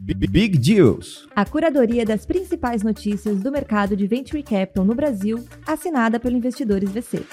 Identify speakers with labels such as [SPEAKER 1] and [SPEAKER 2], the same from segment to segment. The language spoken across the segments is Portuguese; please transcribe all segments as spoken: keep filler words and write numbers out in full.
[SPEAKER 1] Big Deals,
[SPEAKER 2] a curadoria das principais notícias do mercado de Venture Capital no Brasil, assinada pelo Investidores V C.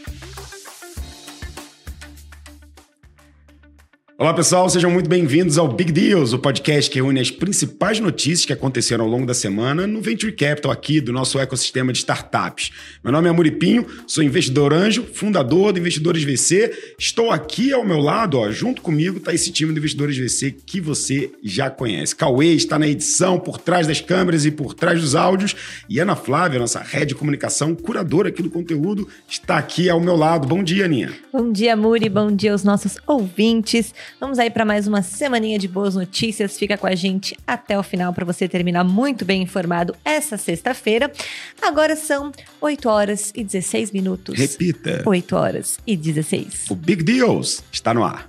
[SPEAKER 1] Olá pessoal, sejam muito bem-vindos ao Big Deals, o podcast que reúne as principais notícias que aconteceram ao longo da semana no Venture Capital aqui do nosso ecossistema de startups. Meu nome é Muripinho, sou investidor anjo, fundador do Investidores V C. Estou aqui ao meu lado, ó, junto comigo está esse time do Investidores V C que você já conhece. Cauê está na edição, por trás das câmeras e por trás dos áudios. E Ana Flávia, nossa head de comunicação, curadora aqui do conteúdo, está aqui ao meu lado. Bom dia, Aninha.
[SPEAKER 2] Bom dia, Muri. Bom dia aos nossos ouvintes. Vamos aí para mais uma semaninha de boas notícias. Fica com a gente até o final para você terminar muito bem informado essa sexta-feira. Agora são oito horas e dezesseis minutos.
[SPEAKER 1] Repita.
[SPEAKER 2] oito horas e dezesseis.
[SPEAKER 1] O Big Deals está no ar.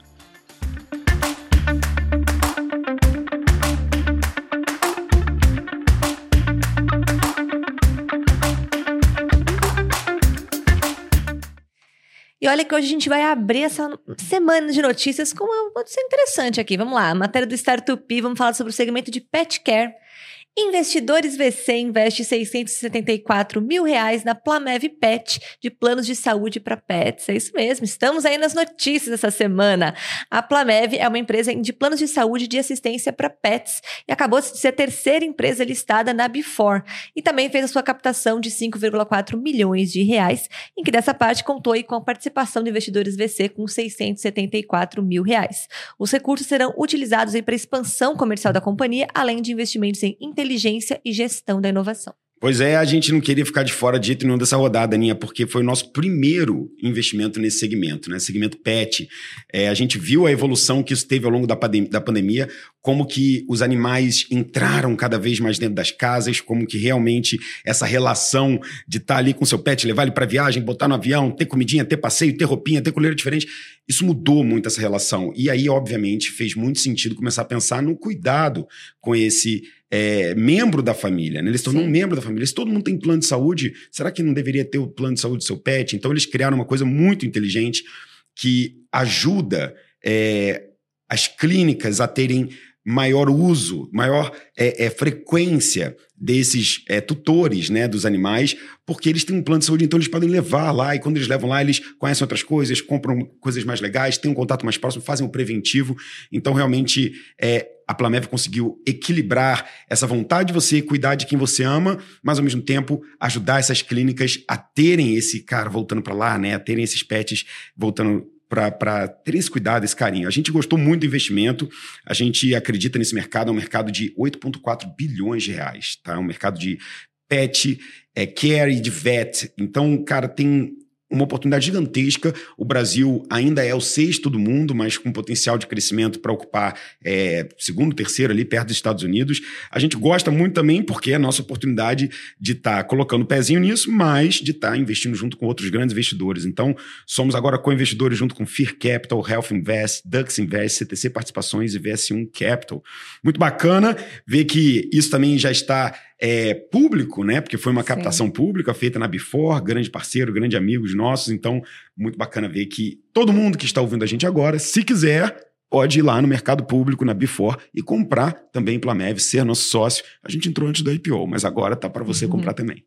[SPEAKER 2] E olha que hoje a gente vai abrir essa semana de notícias com uma notícia interessante aqui. Vamos lá, a matéria do Startup, vamos falar sobre o segmento de Pet Care. Investidores V C investe seiscentos e setenta e quatro mil reais na Plamev Pet, de planos de saúde para pets. É isso mesmo, estamos aí nas notícias essa semana. A Plamev é uma empresa de planos de saúde de assistência para pets e acabou de ser a terceira empresa listada na B quatro. E também fez a sua captação de cinco vírgula quatro milhões de reais, em que dessa parte contou aí com a participação de investidores V C com seiscentos e setenta e quatro mil reais. Os recursos serão utilizados aí para a expansão comercial da companhia, além de investimentos em inteligência inteligência e gestão da inovação.
[SPEAKER 1] Pois é, a gente não queria ficar de fora de jeito nenhum dessa rodada, Aninha, porque foi o nosso primeiro investimento nesse segmento, né? Segmento pet. É, a gente viu a evolução que isso teve ao longo da, pandem- da pandemia, como que os animais entraram cada vez mais dentro das casas, como que realmente essa relação de estar ali com seu pet, levar ele para viagem, botar no avião, ter comidinha, ter passeio, ter roupinha, ter coleira diferente, isso mudou muito essa relação. E aí, obviamente, fez muito sentido começar a pensar no cuidado com esse É, membro da família, né? Eles se tornam um membro da família. Se todo mundo tem plano de saúde, será que não deveria ter o plano de saúde do seu pet? Então eles criaram uma coisa muito inteligente que ajuda é, as clínicas a terem maior uso, maior é, é, frequência desses é, tutores, né, dos animais, porque eles têm um plano de saúde, então eles podem levar lá, e quando eles levam lá, eles conhecem outras coisas, compram coisas mais legais, têm um contato mais próximo, fazem o preventivo. Então, realmente, é, a Plamev conseguiu equilibrar essa vontade de você cuidar de quem você ama, mas, ao mesmo tempo, ajudar essas clínicas a terem esse cara voltando para lá, né, a terem esses pets voltando para ter esse cuidado, esse carinho. A gente gostou muito do investimento, a gente acredita nesse mercado, é um mercado de oito vírgula quatro bilhões de reais, tá? É um mercado de pet, é, care e de vet. Então, cara, tem uma oportunidade gigantesca. O Brasil ainda é o sexto do mundo, mas com potencial de crescimento para ocupar é, segundo, terceiro ali, perto dos Estados Unidos. A gente gosta muito também porque é a nossa oportunidade de estar tá colocando o pezinho nisso, mas de estar tá investindo junto com outros grandes investidores. Então, somos agora co-investidores junto com Fear Capital, Health Invest, Dux Invest, C T C Participações e V S um Capital. Muito bacana ver que isso também já está É, público, né? Porque foi uma
[SPEAKER 2] Sim.
[SPEAKER 1] captação pública feita na B quatro, grande parceiro, grande amigo de nossos. Então, muito bacana ver que todo mundo que está ouvindo a gente agora, se quiser, pode ir lá no mercado público, na B quatro, e comprar também Plamev, ser nosso sócio. A gente entrou antes do I P O, mas agora tá para você uhum. comprar também.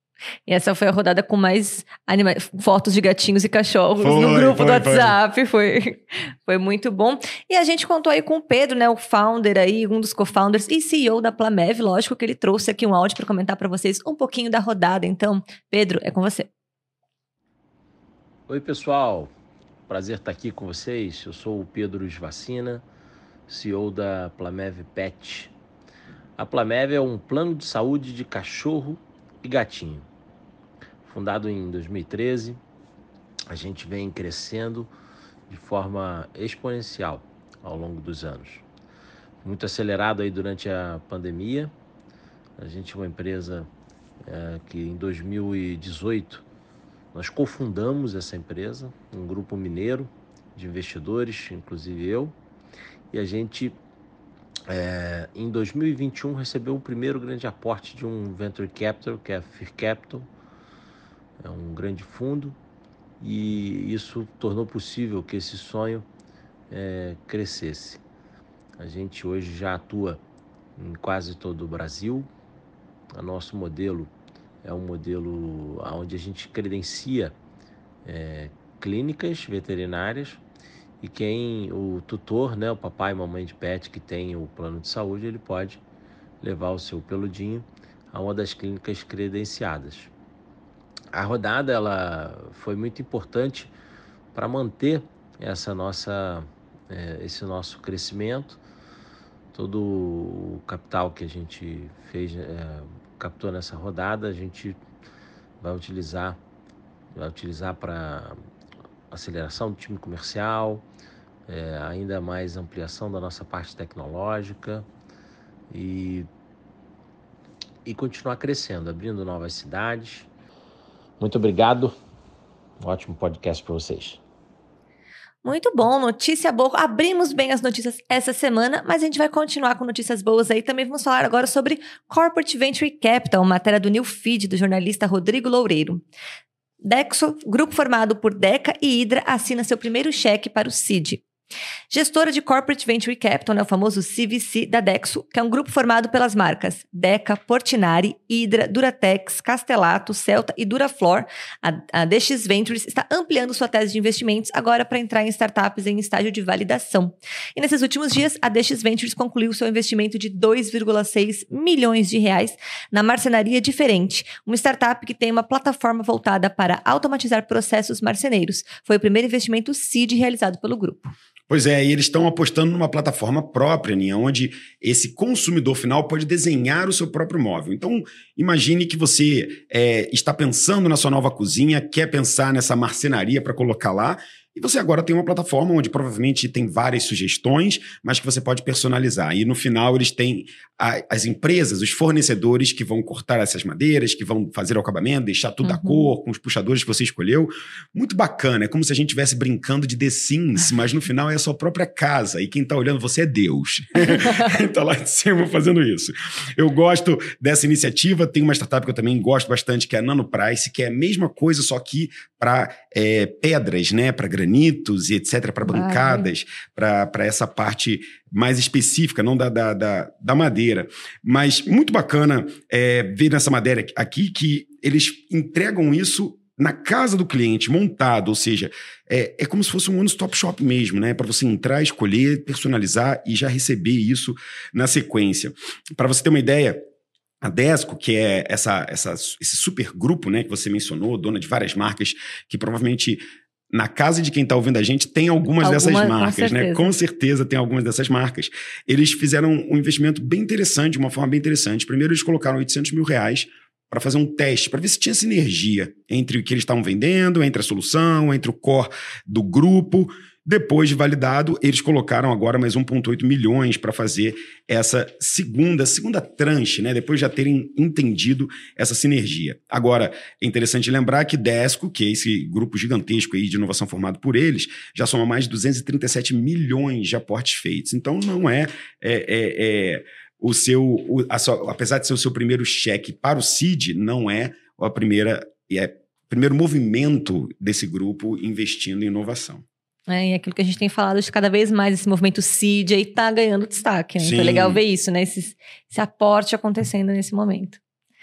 [SPEAKER 2] E essa foi a rodada com mais anima- fotos de gatinhos e cachorros
[SPEAKER 1] foi,
[SPEAKER 2] no grupo
[SPEAKER 1] foi,
[SPEAKER 2] do WhatsApp.
[SPEAKER 1] Foi.
[SPEAKER 2] Foi, foi muito bom. E a gente contou aí com o Pedro, né, o founder aí, um dos co-founders e C E O da Plamev. Lógico que ele trouxe aqui um áudio para comentar para vocês um pouquinho da rodada. Então, Pedro, é com você.
[SPEAKER 3] Oi, pessoal. Prazer estar aqui com vocês. Eu sou o Pedro Svacina, C E O da Plamev Pet. A Plamev é um plano de saúde de cachorro e gatinho. Fundado em dois mil e treze, a gente vem crescendo de forma exponencial ao longo dos anos. Muito acelerado aí durante a pandemia. A gente é uma empresa é, que em dois mil e dezoito nós cofundamos essa empresa, um grupo mineiro de investidores, inclusive eu, e a gente É, em dois mil e vinte e um recebeu o primeiro grande aporte de um Venture Capital, que é a Fear Capital, é um grande fundo, e isso tornou possível que esse sonho é, crescesse. A gente hoje já atua em quase todo o Brasil. O nosso modelo é um modelo onde a gente credencia é, clínicas veterinárias e quem, o tutor, né, o papai e mamãe de pet que tem o plano de saúde, ele pode levar o seu peludinho a uma das clínicas credenciadas. A rodada ela foi muito importante para manter essa nossa, é, esse nosso crescimento. Todo o capital que a gente fez, é, captou nessa rodada, a gente vai utilizar, vai utilizar para aceleração do time comercial, é, ainda mais ampliação da nossa parte tecnológica e, e continuar crescendo, abrindo novas cidades. Muito obrigado, um ótimo podcast para vocês.
[SPEAKER 2] Muito bom, notícia boa. Abrimos bem as notícias essa semana, mas a gente vai continuar com notícias boas aí. Também vamos falar agora sobre Corporate Venture Capital, matéria do New Feed, do jornalista Rodrigo Loureiro. Dexo, grupo formado por Deca e Hydra, assina seu primeiro cheque para o Seed. Gestora de Corporate Venture Capital, né, o famoso C V C da Dexo, que é um grupo formado pelas marcas Deca, Portinari, Hydra, Duratex, Castellato, Celta e Duraflor. A, a D X Ventures está ampliando sua tese de investimentos agora para entrar em startups em estágio de validação. E nesses últimos dias, a D X Ventures concluiu seu investimento de dois vírgula seis milhões de reais na Marcenaria Diferente, uma startup que tem uma plataforma voltada para automatizar processos marceneiros. Foi o primeiro investimento Seed realizado pelo grupo.
[SPEAKER 1] Pois é, e eles estão apostando numa plataforma própria, né, onde esse consumidor final pode desenhar o seu próprio móvel. Então, imagine que você é, está pensando na sua nova cozinha, quer pensar nessa marcenaria para colocar lá, e você agora tem uma plataforma onde provavelmente tem várias sugestões, mas que você pode personalizar. E no final eles têm a, as empresas, os fornecedores que vão cortar essas madeiras, que vão fazer o acabamento, deixar tudo da
[SPEAKER 2] Uhum.
[SPEAKER 1] cor, com os puxadores que você escolheu. Muito bacana, é como se a gente estivesse brincando de The Sims, mas no final é a sua própria casa. E quem está olhando você é Deus. Está lá de cima fazendo isso. Eu gosto dessa iniciativa. Tem uma startup que eu também gosto bastante, que é a Nanoprice, que é a mesma coisa, só que para é, pedras, né? Para granitos e etcétera, para bancadas, para essa parte mais específica, não da, da, da, da madeira. Mas muito bacana é, ver nessa matéria aqui que eles entregam isso na casa do cliente, montado, ou seja, é, é como se fosse um one-stop shop mesmo, né? Para você entrar, escolher, personalizar e já receber isso na sequência. Para você ter uma ideia, a Desco, que é essa, essa, esse super grupo, né, que você mencionou, dona de várias marcas, que provavelmente na casa de quem está ouvindo a gente tem algumas
[SPEAKER 2] Alguma,
[SPEAKER 1] dessas marcas,
[SPEAKER 2] com
[SPEAKER 1] né?
[SPEAKER 2] certeza.
[SPEAKER 1] Com certeza tem algumas dessas marcas. Eles fizeram um investimento bem interessante, de uma forma bem interessante. Primeiro eles colocaram oitocentos mil reais para fazer um teste, para ver se tinha sinergia entre o que eles estavam vendendo, entre a solução, entre o core do grupo. Depois de validado, eles colocaram agora mais um vírgula oito milhões para fazer essa segunda, segunda tranche, né? Depois de já terem entendido essa sinergia. Agora, é interessante lembrar que Desco, que é esse grupo gigantesco aí de inovação formado por eles, já soma mais de duzentos e trinta e sete milhões de aportes feitos. Então, não é... é, é, é o seu, o, a sua, apesar de ser o seu primeiro cheque para o Seed, não é a primeira, é o primeiro movimento desse grupo investindo em inovação.
[SPEAKER 2] É, e aquilo que a gente tem falado de cada vez mais, esse movimento Seed aí tá ganhando destaque, né?
[SPEAKER 1] Sim.
[SPEAKER 2] Então é legal ver isso, né? Esse, esse aporte acontecendo nesse momento.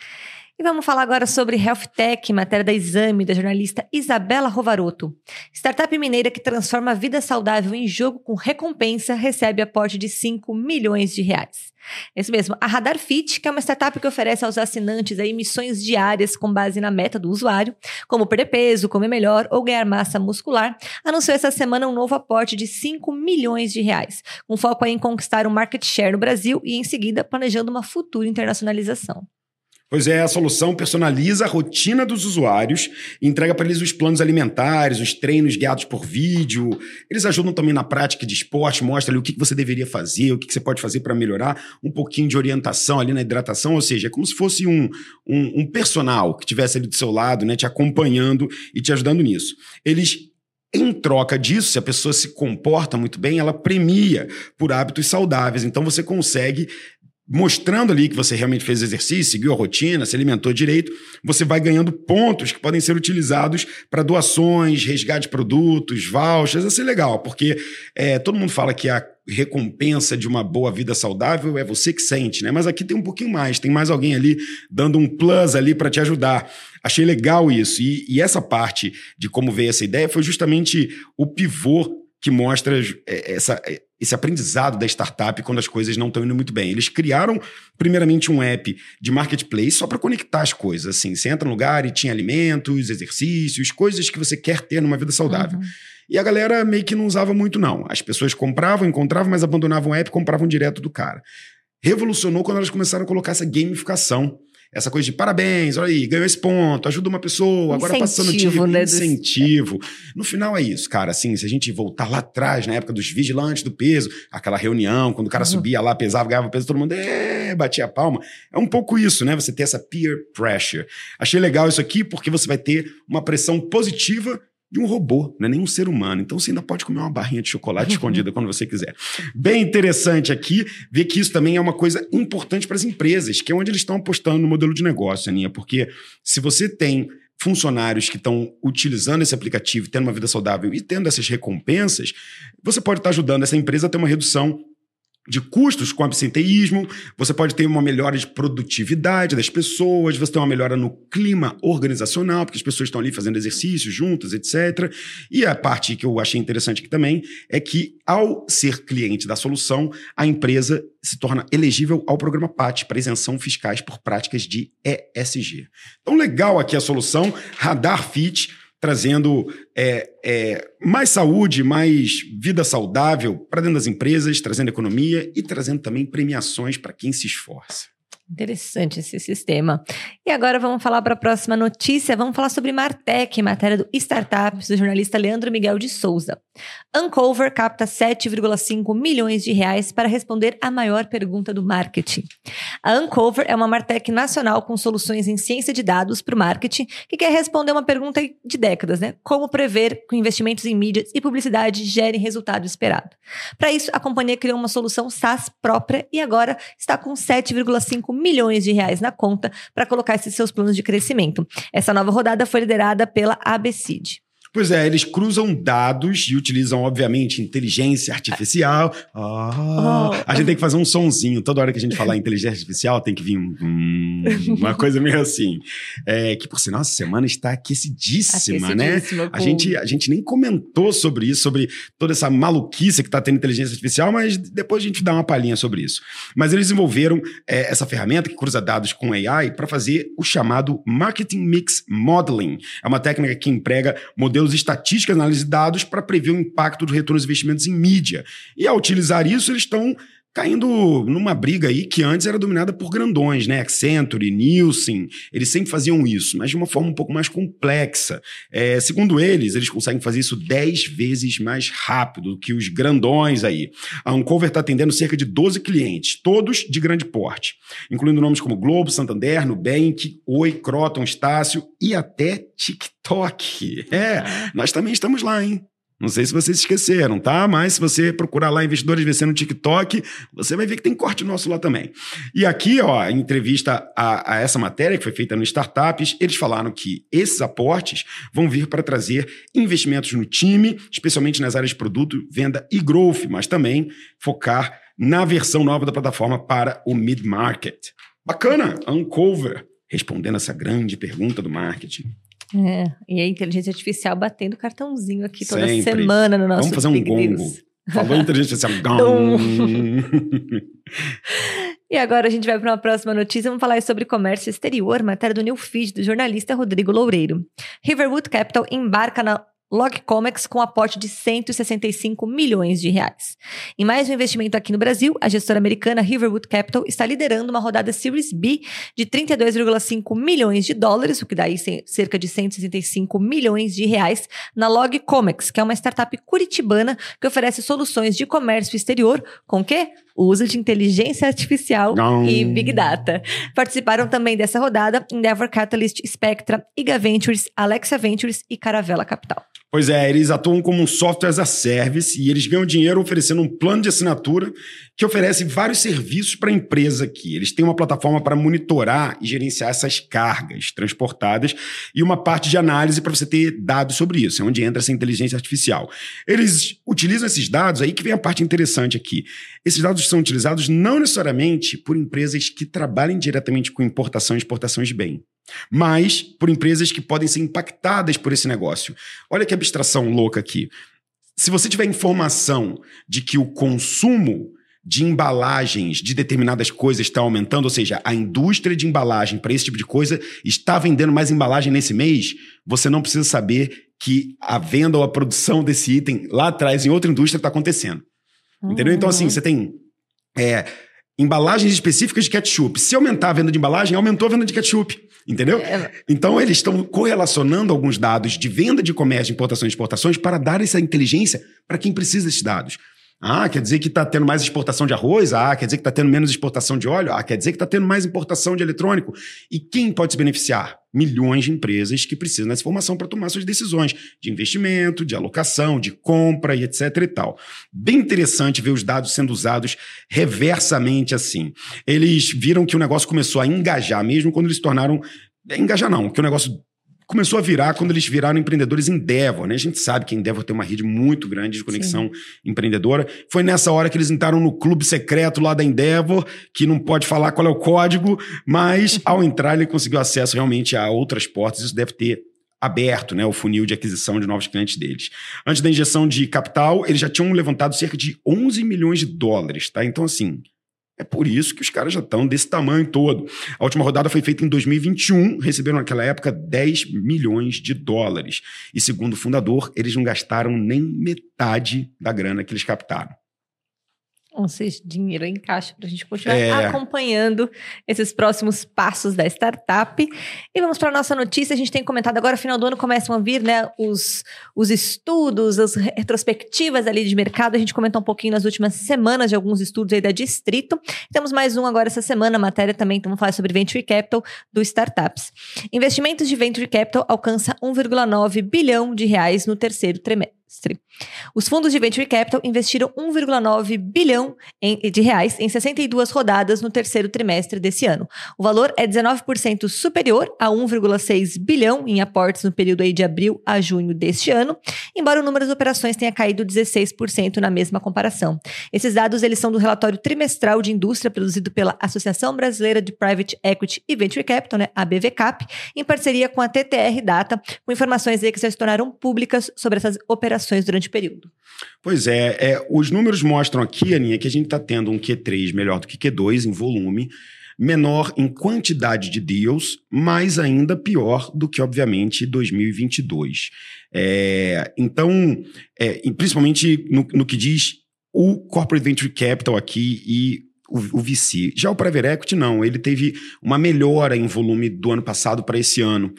[SPEAKER 2] E vamos falar agora sobre Health Tech, matéria da Exame, da jornalista Isabela Rovaroto. Startup mineira que transforma a vida saudável em jogo com recompensa recebe aporte de cinco milhões de reais. É isso mesmo. A Radar Fit, que é uma startup que oferece aos assinantes aí missões diárias com base na meta do usuário, como perder peso, comer melhor ou ganhar massa muscular, anunciou essa semana um novo aporte de cinco milhões de reais, com foco aí em conquistar um market share no Brasil e, em seguida, planejando uma futura internacionalização.
[SPEAKER 1] Pois é, a solução personaliza a rotina dos usuários e entrega para eles os planos alimentares, os treinos guiados por vídeo. Eles ajudam também na prática de esporte, mostra ali o que você deveria fazer, o que você pode fazer para melhorar, um pouquinho de orientação ali na hidratação, ou seja, é como se fosse um, um, um personal que estivesse ali do seu lado, né, te acompanhando e te ajudando nisso. Eles... Em troca disso, se a pessoa se comporta muito bem, ela premia por hábitos saudáveis. Então, você consegue, mostrando ali que você realmente fez exercício, seguiu a rotina, se alimentou direito, você vai ganhando pontos que podem ser utilizados para doações, resgate de produtos, vouchers. Isso é legal, porque é, todo mundo fala que a recompensa de uma boa vida saudável é você que sente, né? Mas aqui tem um pouquinho mais, tem mais alguém ali dando um plus ali para te ajudar. Achei legal isso. E, e essa parte de como veio essa ideia foi justamente o pivô que mostra essa, esse aprendizado da startup quando as coisas não estão indo muito bem. Eles criaram, primeiramente, um app de marketplace só para conectar as coisas. Assim, você entra no lugar e tinha alimentos, exercícios, coisas que você quer ter numa vida saudável. Uhum. E a galera meio que não usava muito, não. As pessoas compravam, encontravam, mas abandonavam o app e compravam direto do cara. Revolucionou quando elas começaram a colocar essa gamificação. Essa coisa de parabéns, olha aí, ganhou esse ponto, ajuda uma pessoa, agora passando tipo,
[SPEAKER 2] né,
[SPEAKER 1] incentivo. No final é isso, cara, assim, se a gente voltar lá atrás, na época dos vigilantes do peso, aquela reunião, quando o cara uhum. subia lá, pesava, ganhava peso, todo mundo é, batia a palma. É um pouco isso, né, você ter essa peer pressure. Achei legal isso aqui porque você vai ter uma pressão positiva de um robô, não é nem um ser humano. Então você ainda pode comer uma barrinha de chocolate escondida quando você quiser. Bem interessante aqui ver que isso também é uma coisa importante para as empresas, que é onde eles estão apostando no modelo de negócio, Aninha, porque se você tem funcionários que estão utilizando esse aplicativo, tendo uma vida saudável e tendo essas recompensas, você pode estar ajudando essa empresa a ter uma redução de custos com absenteísmo, você pode ter uma melhora de produtividade das pessoas, você tem uma melhora no clima organizacional, porque as pessoas estão ali fazendo exercícios juntas, etcétera. E a parte que eu achei interessante aqui também é que, ao ser cliente da solução, a empresa se torna elegível ao programa P A T, para isenção fiscais por práticas de E S G. Então, legal aqui a solução, Radar Fit, trazendo é, é, mais saúde, mais vida saudável para dentro das empresas, trazendo economia e trazendo também premiações para quem se esforça.
[SPEAKER 2] Interessante esse sistema. E agora vamos falar para a próxima notícia. Vamos falar sobre Martech, matéria do Startups, do jornalista Leandro Miguel de Souza. Uncover capta sete vírgula cinco milhões de reais para responder a maior pergunta do marketing. A Uncover é uma Martech nacional com soluções em ciência de dados para o marketing, que quer responder uma pergunta de décadas, né? Como prever que investimentos em mídias e publicidade gerem resultado esperado. Para isso, a companhia criou uma solução SaaS própria e agora está com sete vírgula cinco milhões de reais na conta para colocar esses seus planos de crescimento. Essa nova rodada foi liderada pela A B C D.
[SPEAKER 1] Pois é, eles cruzam dados e utilizam, obviamente, inteligência artificial. Oh, oh. A gente tem que fazer um sonzinho. Toda hora que a gente falar inteligência artificial, tem que vir um, um, uma coisa meio assim. É, que, por sinal, essa semana está aquecidíssima, né? A gente, a gente nem comentou sobre isso, sobre toda essa maluquice que está tendo inteligência artificial, mas depois a gente dá uma palhinha sobre isso. Mas eles desenvolveram é, essa ferramenta que cruza dados com A I para fazer o chamado Marketing Mix Modeling. É uma técnica que emprega modelos estatísticas, análise de dados para prever o impacto dos retornos de investimentos em mídia. E ao utilizar isso, eles estão caindo numa briga aí que antes era dominada por grandões, né? Accenture, Nielsen, eles sempre faziam isso, mas de uma forma um pouco mais complexa. É, segundo eles, eles conseguem fazer isso dez vezes mais rápido do que os grandões aí. A Uncover está atendendo cerca de doze clientes, todos de grande porte, incluindo nomes como Globo, Santander, Nubank, Oi, Croton, Estácio e até TikTok. É, nós também estamos lá, hein? Não sei se vocês esqueceram, tá? Mas se você procurar lá Investidores V C no TikTok, você vai ver que tem corte nosso lá também. E aqui, ó, em entrevista a, a essa matéria que foi feita no Startups, eles falaram que esses aportes vão vir para trazer investimentos no time, especialmente nas áreas de produto, venda e growth, mas também focar na versão nova da plataforma para o mid-market. Bacana, Uncover, respondendo essa grande pergunta do marketing.
[SPEAKER 2] É, e a inteligência artificial batendo cartãozinho aqui toda
[SPEAKER 1] Sempre.
[SPEAKER 2] semana no nosso
[SPEAKER 1] Vamos fazer um
[SPEAKER 2] Big
[SPEAKER 1] gongo.
[SPEAKER 2] News.
[SPEAKER 1] Falou inteligência artificial. Gong.
[SPEAKER 2] E agora a gente vai para uma próxima notícia. Vamos falar sobre comércio exterior, matéria do New Feed, do jornalista Rodrigo Loureiro. Riverwood Capital embarca na Logcomex com aporte de cento e sessenta e cinco milhões de reais. Em mais um investimento aqui no Brasil, a gestora americana Riverwood Capital está liderando uma rodada Series B de trinta e dois vírgula cinco milhões de dólares, o que dá aí cerca de cento e sessenta e cinco milhões de reais, na Logcomex, que é uma startup curitibana que oferece soluções de comércio exterior com o quê? O uso de inteligência artificial Não. e Big Data. Participaram também dessa rodada Endeavor Catalyst, Spectra, Iga Ventures, Alexa Ventures e Caravela Capital.
[SPEAKER 1] Pois é, eles atuam como um software as a service e eles ganham dinheiro oferecendo um plano de assinatura que oferece vários serviços para a empresa aqui. Eles têm uma plataforma para monitorar e gerenciar essas cargas transportadas e uma parte de análise para você ter dados sobre isso, é onde entra essa inteligência artificial. Eles utilizam esses dados, aí que vem a parte interessante aqui. Esses dados são utilizados não necessariamente por empresas que trabalhem diretamente com importação e exportação de bem, mas por empresas que podem ser impactadas por esse negócio. Olha que abstração louca aqui. Se você tiver informação de que o consumo de embalagens de determinadas coisas está aumentando, ou seja, a indústria de embalagem para esse tipo de coisa está vendendo mais embalagem nesse mês, você não precisa saber que a venda ou a produção desse item lá atrás em outra indústria está acontecendo. Uhum. Entendeu? Então, assim, você tem é, embalagens específicas de ketchup. Se aumentar a venda de embalagem, aumentou a venda de ketchup. Entendeu? É. Então, eles estão correlacionando alguns dados de venda de comércio, de importações e exportações para dar essa inteligência para quem precisa desses dados. Ah, quer dizer que está tendo mais exportação de arroz? Ah, quer dizer que está tendo menos exportação de óleo? Ah, quer dizer que está tendo mais importação de eletrônico? E quem pode se beneficiar? Milhões de empresas que precisam dessa informação para tomar suas decisões de investimento, de alocação, de compra e etc e tal. Bem interessante ver os dados sendo usados reversamente assim. Eles viram que o negócio começou a engajar mesmo quando eles se tornaram... Engajar não, que o negócio... começou a virar quando eles viraram empreendedores Endeavor, né? A gente sabe que a Endeavor tem uma rede muito grande de conexão Sim. empreendedora. Foi nessa hora que eles entraram no clube secreto lá da Endeavor, que não pode falar qual é o código, mas ao entrar ele conseguiu acesso realmente a outras portas. Isso deve ter aberto, né, o funil de aquisição de novos clientes deles. Antes da injeção de capital, eles já tinham levantado cerca de onze milhões de dólares, tá? Então, assim... é por isso que os caras já estão desse tamanho todo. A última rodada foi feita em dois mil e vinte e um, receberam naquela época dez milhões de dólares. E segundo o fundador, eles não gastaram nem metade da grana que eles captaram.
[SPEAKER 2] Ou seja, dinheiro em caixa para a gente continuar
[SPEAKER 1] é...
[SPEAKER 2] acompanhando esses próximos passos da startup. E vamos para a nossa notícia. A gente tem comentado agora, no final do ano, começam a vir, né, os, os estudos, as retrospectivas ali de mercado. A gente comentou um pouquinho nas últimas semanas de alguns estudos aí da Distrito. Temos mais um agora essa semana, a matéria também, então vamos falar sobre Venture Capital do Startups. Investimentos de Venture Capital alcançam um vírgula nove bilhão de reais no terceiro trimestre. Os fundos de Venture Capital investiram um vírgula nove bilhão em, de reais em sessenta e duas rodadas no terceiro trimestre desse ano. O valor é dezenove por cento superior a um vírgula seis bilhão em aportes no período aí de abril a junho deste ano, embora o número de operações tenha caído dezesseis por cento na mesma comparação. Esses dados eles são do relatório trimestral de indústria produzido pela Associação Brasileira de Private Equity e Venture Capital, né, a B V Cap, em parceria com a T T R Data, com informações aí que já se tornaram públicas sobre essas operações durante o período.
[SPEAKER 1] Pois é, é os números mostram aqui, Aninha, que a gente está tendo um Q três melhor do que Q dois em volume, menor em quantidade de deals, mas ainda pior do que, obviamente, dois mil e vinte e dois. É, então, é, principalmente no, no que diz o Corporate Venture Capital aqui e o, o V C. Já o Private Equity, não. Ele teve uma melhora em volume do ano passado para esse ano.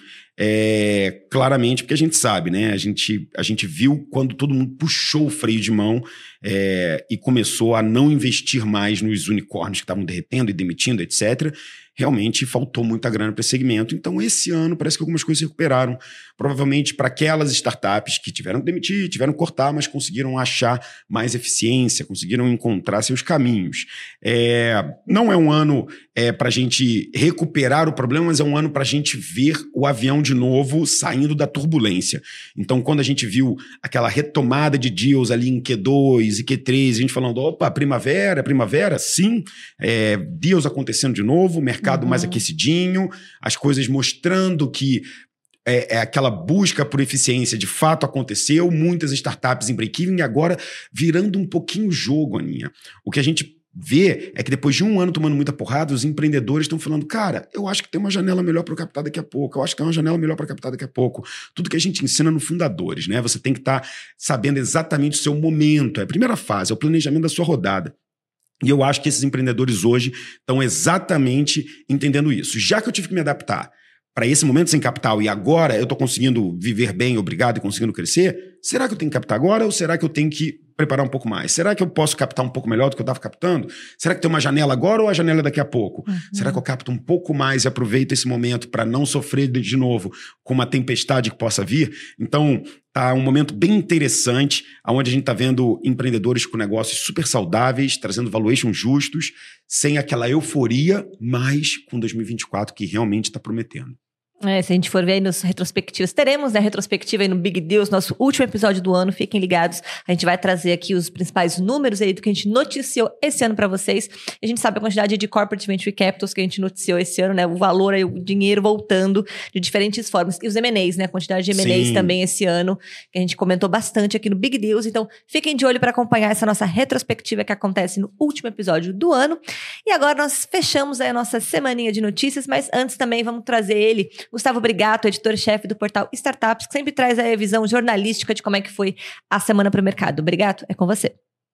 [SPEAKER 1] É, claramente, porque a gente sabe, né? A gente, a gente viu quando todo mundo puxou o freio de mão é, e começou a não investir mais nos unicórnios que estavam derretendo e demitindo, etcétera. Realmente faltou muita grana para esse segmento. Então, esse ano parece que algumas coisas se recuperaram. Provavelmente para aquelas startups que tiveram que demitir, tiveram que cortar, mas conseguiram achar mais eficiência, conseguiram encontrar seus caminhos. É, não é um ano é, para a gente recuperar o problema, mas é um ano para a gente ver o avião de novo saindo da turbulência. Então, quando a gente viu aquela retomada de deals ali em Q dois e Q três, a gente falando, opa, primavera, primavera, sim, é, deals acontecendo de novo, mercado mercado uhum. mais aquecidinho, as coisas mostrando que é, é aquela busca por eficiência de fato aconteceu, muitas startups em break-even e agora virando um pouquinho o jogo, Aninha. O que a gente vê é que depois de um ano tomando muita porrada, os empreendedores estão falando, cara, eu acho que tem uma janela melhor para eu captar daqui a pouco, eu acho que tem uma janela melhor para captar daqui a pouco. Tudo que a gente ensina no Fundadores, né? Você tem que estar tá sabendo exatamente o seu momento, é a primeira fase, é o planejamento da sua rodada. E eu acho que esses empreendedores hoje estão exatamente entendendo isso. Já que eu tive que me adaptar para esse momento sem capital e agora eu estou conseguindo viver bem, obrigado, e conseguindo crescer, será que eu tenho que captar agora ou será que eu tenho que preparar um pouco mais? Será que eu posso captar um pouco melhor do que eu estava captando? Será que tem uma janela agora ou a janela daqui a pouco? Uhum. Será que eu capto um pouco mais e aproveito esse momento para não sofrer de novo com uma tempestade que possa vir? Então, tá um momento bem interessante, onde a gente está vendo empreendedores com negócios super saudáveis, trazendo valuations justos, sem aquela euforia, mas com dois mil e vinte e quatro que realmente está prometendo.
[SPEAKER 2] É, se a gente for ver aí nos retrospectivos, teremos né, retrospectiva aí no Big Deals, nosso último episódio do ano, fiquem ligados. A gente vai trazer aqui os principais números aí do que a gente noticiou esse ano para vocês. A gente sabe a quantidade de Corporate Venture Capitals que a gente noticiou esse ano, né? O valor aí, o dinheiro voltando de diferentes formas. E os M and As, né? A quantidade de M and As Sim. também esse ano, que a gente comentou bastante aqui no Big Deals. Então, fiquem de olho para acompanhar essa nossa retrospectiva que acontece no último episódio do ano. E agora nós fechamos aí a nossa semaninha de notícias, mas antes também vamos trazer ele, Gustavo Brigato, editor-chefe do portal Startups, que sempre traz a visão jornalística de como é que foi a semana para o mercado. Brigato, é com você.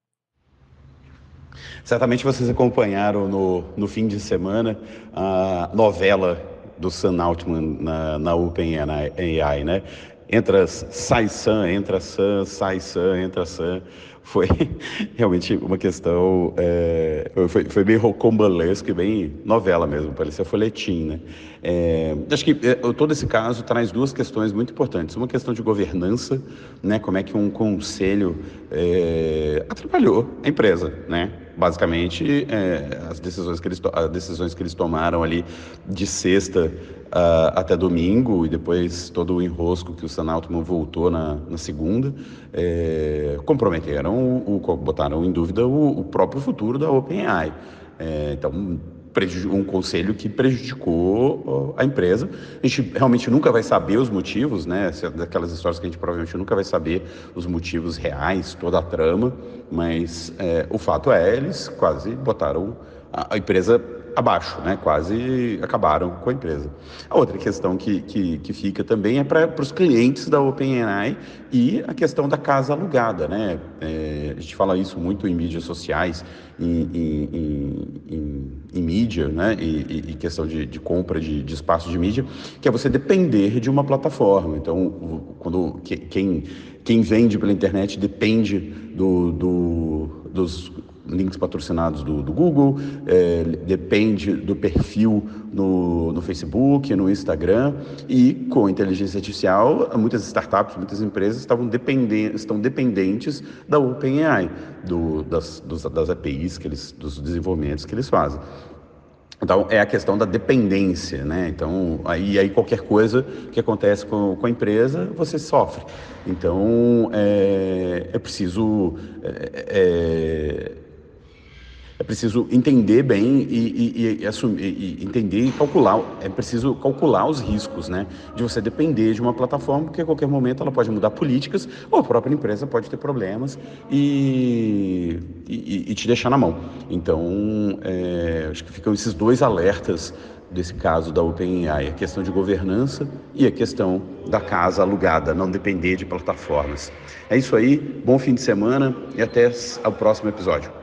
[SPEAKER 4] Certamente vocês acompanharam no, no fim de semana a novela do Sam Altman na, na OpenAI, né? Entra, sai Sam, entra Sam, sai Sam, entra Sam. Foi realmente uma questão, é, foi, foi bem rocambolesco e bem novela mesmo, parecia folhetim, né? É, acho que é, todo esse caso traz duas questões muito importantes. Uma questão de governança, né? Como é que um conselho é, atrapalhou a empresa, né? Basicamente, é, as, decisões que eles, as decisões que eles tomaram ali de sexta Uh, até domingo, e depois todo o enrosco que o Sam Altman voltou na, na segunda, é, comprometeram, o, o, botaram em dúvida o, o próprio futuro da OpenAI. É, então, um conselho que prejudicou a empresa. A gente realmente nunca vai saber os motivos, né? Daquelas histórias que a gente provavelmente nunca vai saber os motivos reais, toda a trama, mas é, o fato é, eles quase botaram a, a empresa abaixo, né? Quase acabaram com a empresa. A outra questão que, que, que fica também é para os clientes da OpenAI e a questão da casa alugada, né? É, a gente fala isso muito em mídias sociais, em, em, em, em mídia, né? E, e questão de, de compra de, de espaço de mídia, que é você depender de uma plataforma. Então, quando quem, quem vende pela internet depende do, do, dos links patrocinados do, do Google, é, depende do perfil no, no Facebook, no Instagram, e com a inteligência artificial, muitas startups, muitas empresas estavam dependentes, estão dependentes da OpenAI, do, das, dos, das A P Is, que eles, dos desenvolvimentos que eles fazem. Então, é a questão da dependência, né? Então, aí, aí qualquer coisa que acontece com, com a empresa, você sofre. Então, é, é preciso... É, é, É preciso entender bem e, e, e, assumir, e entender e calcular, é preciso calcular os riscos, né? De você depender de uma plataforma, porque a qualquer momento ela pode mudar políticas, ou a própria empresa pode ter problemas e, e, e te deixar na mão. Então, é, acho que ficam esses dois alertas desse caso da OpenAI, a questão de governança e a questão da casa alugada, não depender de plataformas. É isso aí, bom fim de semana e até o próximo episódio.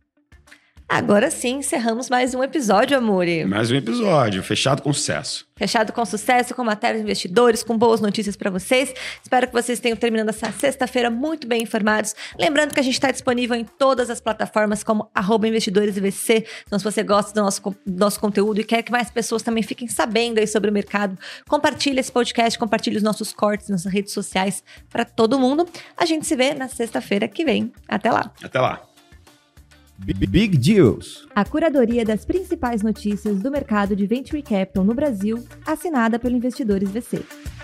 [SPEAKER 2] Agora sim, encerramos mais um episódio, Amuri.
[SPEAKER 1] Mais um episódio, fechado com sucesso.
[SPEAKER 2] Fechado com sucesso, com matérias de investidores, com boas notícias para vocês. Espero que vocês tenham terminando essa sexta-feira muito bem informados. Lembrando que a gente está disponível em todas as plataformas como arroba investidoresvc. Então, se você gosta do nosso, do nosso conteúdo e quer que mais pessoas também fiquem sabendo aí sobre o mercado, compartilhe esse podcast, compartilhe os nossos cortes nas redes sociais para todo mundo. A gente se vê na sexta-feira que vem. Até lá.
[SPEAKER 1] Até lá.
[SPEAKER 5] Big Deals.
[SPEAKER 2] A curadoria das principais notícias do mercado de Venture Capital no Brasil, assinada pelo Investidores V C.